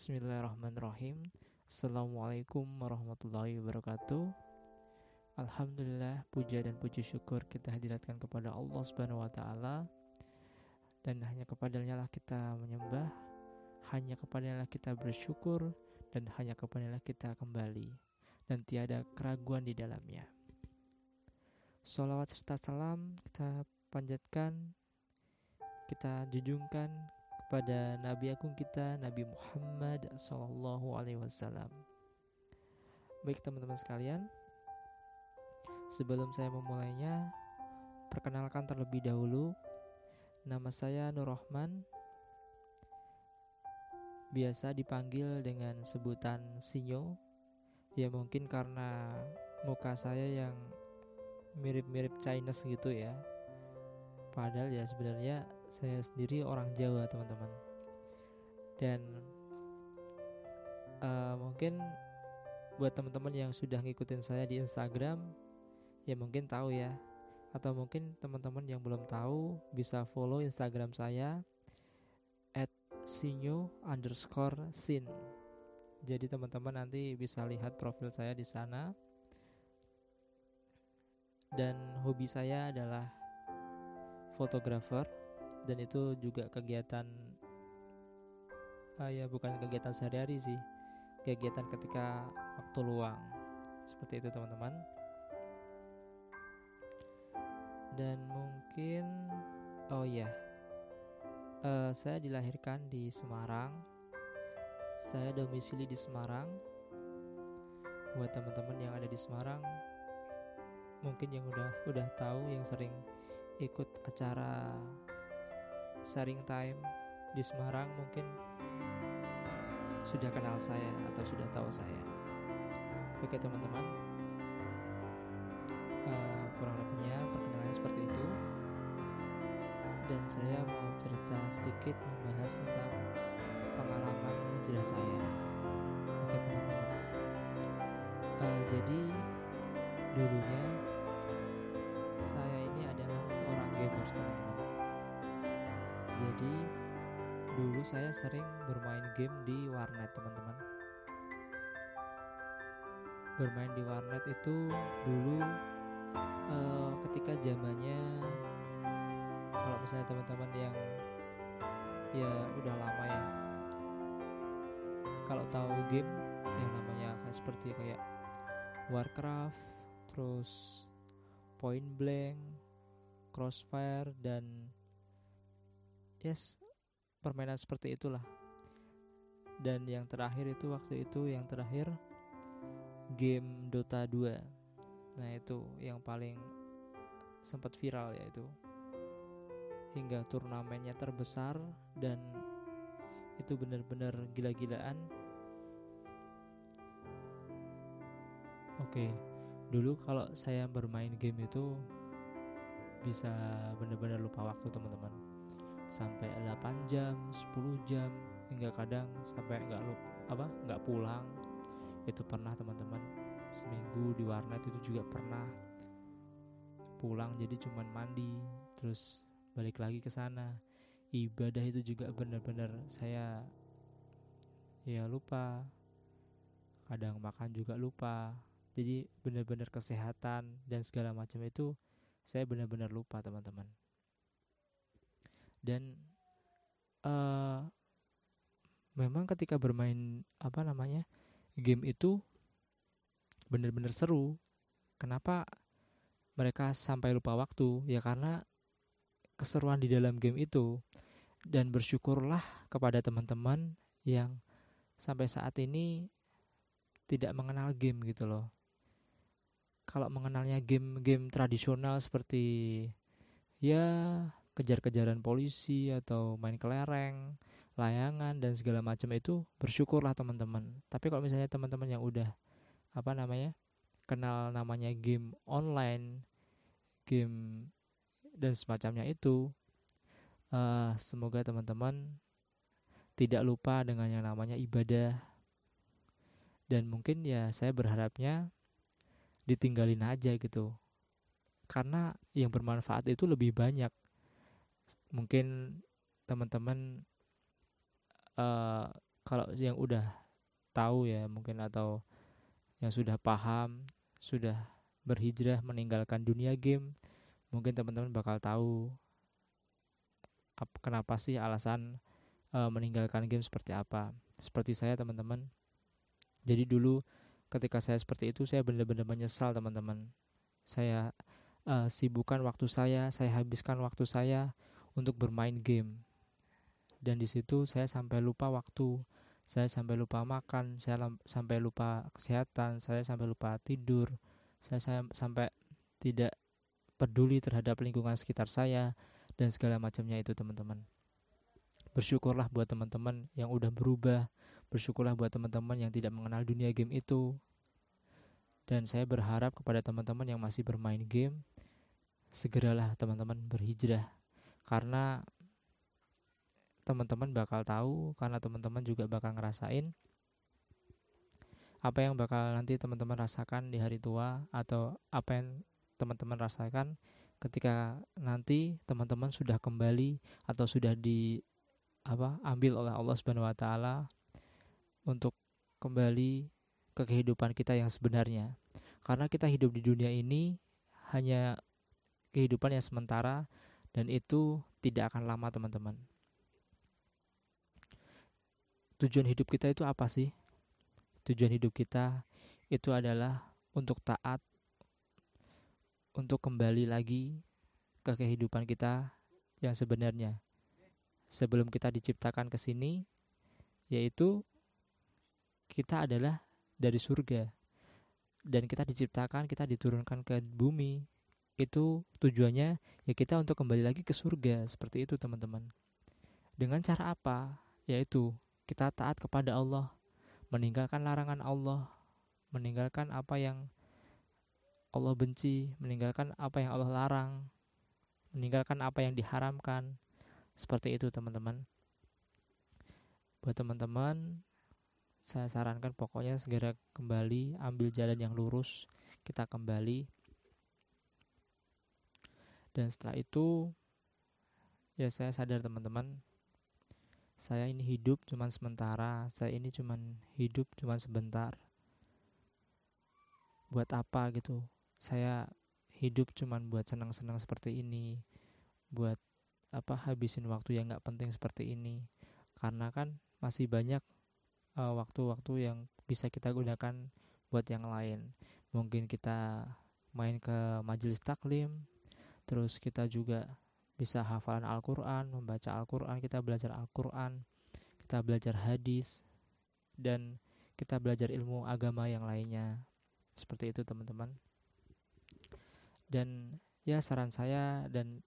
Bismillahirrahmanirrahim. Assalamualaikum warahmatullahi wabarakatuh. Alhamdulillah, puja dan puji syukur kita hadiratkan kepada Allah Subhanahu wa taala, dan hanya kepadanya lah kita menyembah, hanya kepadanya lah kita bersyukur, dan hanya kepadanya lah kita kembali, dan tiada keraguan di dalamnya. Sholawat serta salam kita panjatkan, kita junjungkan kepada Nabi Agung kita, Nabi Muhammad Sallallahu Alaihi Wasallam. Baik teman-teman sekalian, sebelum saya memulainya, perkenalkan terlebih dahulu, nama saya Nur Rahman, biasa dipanggil dengan sebutan Sinyo. Ya mungkin karena muka saya yang mirip-mirip Chinese gitu ya. Padahal ya sebenarnya saya sendiri orang Jawa teman-teman. Dan mungkin buat teman-teman yang sudah ngikutin saya di Instagram, ya mungkin tahu ya. Atau mungkin teman-teman yang belum tahu bisa follow Instagram saya @sinyo_sin. Jadi teman-teman nanti bisa lihat profil saya di sana. Dan hobi saya adalah fotografer, dan itu juga kegiatan ya bukan kegiatan sehari-hari sih, kegiatan ketika waktu luang. Seperti itu teman-teman. Dan mungkin saya dilahirkan di Semarang. Saya domisili di Semarang. Buat teman-teman yang ada di Semarang, mungkin yang udah tahu, yang sering ikut acara sharing time di Semarang, mungkin sudah kenal saya atau sudah tahu saya. Oke teman-teman, kurang lebihnya perkenalan seperti itu. Dan saya mau cerita sedikit, membahas tentang pengalaman hijrah saya. Oke teman-teman, jadi dulunya saya ini adalah seorang gamers teman-teman. Jadi dulu saya sering bermain game di warnet teman-teman. Bermain di warnet itu dulu ketika zamannya, kalau misalnya teman-teman yang ya udah lama ya, kalau tahu game yang namanya seperti kayak Warcraft, terus Point Blank, Crossfire, dan permainan seperti itulah. Dan yang terakhir itu waktu itu yang terakhir game Dota 2. Nah itu yang paling sempat viral, yaitu hingga turnamennya terbesar, dan itu benar-benar gila-gilaan. Oke, dulu kalau saya bermain game itu bisa benar-benar lupa waktu teman-teman. Sampai 8 jam, 10 jam, hingga kadang sampai nggak pulang. Itu pernah teman-teman. Seminggu di warnet itu juga pernah. Pulang jadi cuman mandi, terus balik lagi ke sana. Ibadah itu juga benar-benar saya ya lupa. Kadang makan juga lupa. Jadi benar-benar kesehatan dan segala macam itu saya benar-benar lupa teman-teman. Dan memang ketika bermain game itu benar-benar seru. Kenapa mereka sampai lupa waktu? Ya karena keseruan di dalam game itu. Dan bersyukurlah kepada teman-teman yang sampai saat ini tidak mengenal game gitu loh. Kalau mengenalnya game-game tradisional seperti ya kejar-kejaran polisi atau main kelereng, layangan dan segala macam, itu bersyukurlah teman-teman. Tapi kalau misalnya teman-teman yang udah kenal namanya game online, game dan semacamnya itu, semoga teman-teman tidak lupa dengan yang namanya ibadah. Dan mungkin ya saya berharapnya ditinggalin aja gitu, karena yang bermanfaat itu lebih banyak. Mungkin teman-teman kalau yang udah tahu ya mungkin, atau yang sudah paham, sudah berhijrah meninggalkan dunia game, mungkin teman-teman bakal tahu kenapa sih alasan meninggalkan game seperti apa. Seperti saya teman-teman, jadi dulu ketika saya seperti itu, saya benar-benar menyesal teman-teman. Saya sibukkan waktu saya habiskan waktu saya untuk bermain game, dan di situ saya sampai lupa waktu, saya sampai lupa makan, sampai lupa kesehatan, saya sampai lupa tidur, saya sampai tidak peduli terhadap lingkungan sekitar saya dan segala macamnya itu teman-teman. Bersyukurlah buat teman-teman yang udah berubah, bersyukurlah buat teman-teman yang tidak mengenal dunia game itu. Dan saya berharap kepada teman-teman yang masih bermain game, segeralah teman-teman berhijrah, karena teman-teman bakal tahu, karena teman-teman juga bakal ngerasain apa yang bakal nanti teman-teman rasakan di hari tua, atau apa yang teman-teman rasakan ketika nanti teman-teman sudah kembali atau sudah ambil oleh Allah Subhanahu wa taala untuk kembali ke kehidupan kita yang sebenarnya. Karena kita hidup di dunia ini hanya kehidupan yang sementara, dan itu tidak akan lama teman-teman. Tujuan hidup kita itu apa sih? Tujuan hidup kita itu adalah untuk taat, untuk kembali lagi ke kehidupan kita yang sebenarnya. Sebelum kita diciptakan ke sini, yaitu kita adalah dari surga, dan kita diciptakan, kita diturunkan ke bumi. Itu tujuannya ya kita untuk kembali lagi ke surga, seperti itu teman-teman. Dengan cara apa? Yaitu kita taat kepada Allah, meninggalkan larangan Allah, meninggalkan apa yang Allah benci, meninggalkan apa yang Allah larang, meninggalkan apa yang diharamkan. Seperti itu teman-teman. Buat teman-teman, saya sarankan pokoknya segera kembali, ambil jalan yang lurus, kita kembali. Dan setelah itu ya saya sadar teman-teman, saya ini hidup cuman sementara, saya ini cuman hidup cuman sebentar. Buat apa gitu? Saya hidup cuman buat senang-senang seperti ini, buat habisin waktu yang gak penting seperti ini. Karena kan masih banyak waktu-waktu yang bisa kita gunakan buat yang lain. Mungkin kita main ke majelis taklim, terus kita juga bisa hafalan Al-Quran, membaca Al-Quran, kita belajar Al-Quran, kita belajar hadis, dan kita belajar ilmu agama yang lainnya. Seperti itu teman-teman. Dan ya saran saya dan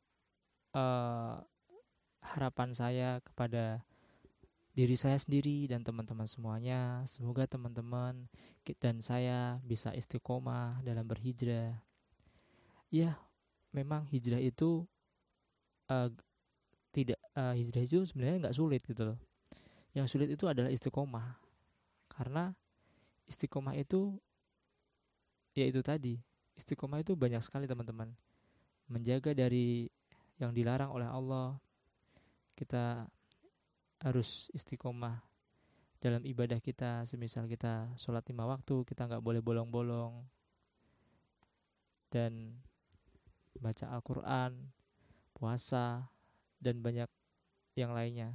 harapan saya kepada diri saya sendiri dan teman-teman semuanya, semoga teman-teman dan saya bisa istiqomah dalam berhijrah. Ya, memang hijrah itu hijrah itu sebenarnya nggak sulit gitu loh. Yang sulit itu adalah istiqomah, karena istiqomah itu ya itu tadi, istiqomah itu banyak sekali teman-teman. Menjaga dari yang dilarang oleh Allah, kita harus istiqomah dalam ibadah kita. Semisal kita sholat 5 waktu, kita nggak boleh bolong-bolong, dan baca Al-Quran, puasa, dan banyak yang lainnya.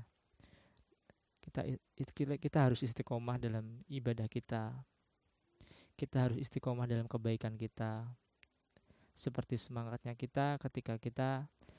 Kita harus istiqomah dalam ibadah kita. Kita harus istiqomah dalam kebaikan kita. Seperti semangatnya kita ketika kita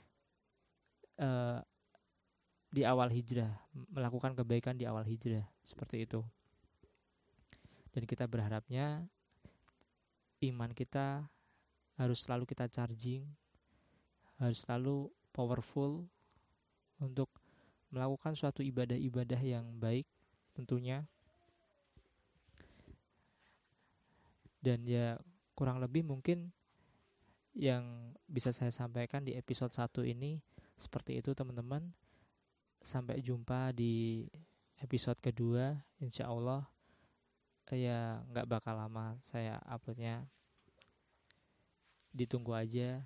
di awal hijrah, melakukan kebaikan di awal hijrah, seperti itu. Dan kita berharapnya iman kita harus selalu kita charging, harus selalu powerful untuk melakukan suatu ibadah-ibadah yang baik tentunya. Dan ya kurang lebih mungkin yang bisa saya sampaikan di episode 1 ini seperti itu teman-teman. Sampai jumpa di episode kedua, insya Allah. Ya gak bakal lama saya uploadnya, ditunggu aja,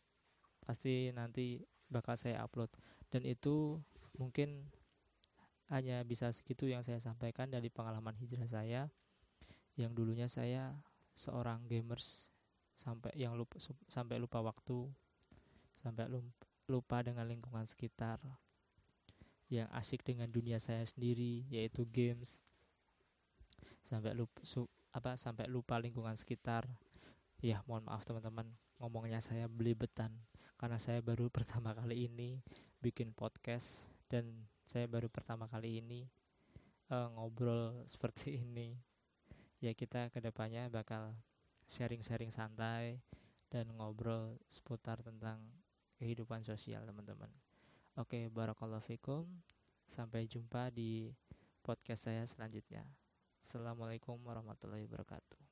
pasti nanti bakal saya upload. Dan itu mungkin hanya bisa segitu yang saya sampaikan dari pengalaman hijrah saya, yang dulunya saya seorang gamers sampai lupa waktu, sampai lupa dengan lingkungan sekitar, yang asik dengan dunia saya sendiri yaitu games, sampai lupa lingkungan sekitar. Ya, mohon maaf teman-teman, ngomongnya saya belibetan karena saya baru pertama kali ini bikin podcast, dan saya baru pertama kali ini ngobrol seperti ini. Ya, kita kedepannya bakal sharing-sharing santai dan ngobrol seputar tentang kehidupan sosial teman-teman. Oke, barakallahu fikum. Sampai jumpa di podcast saya selanjutnya. Assalamualaikum warahmatullahi wabarakatuh.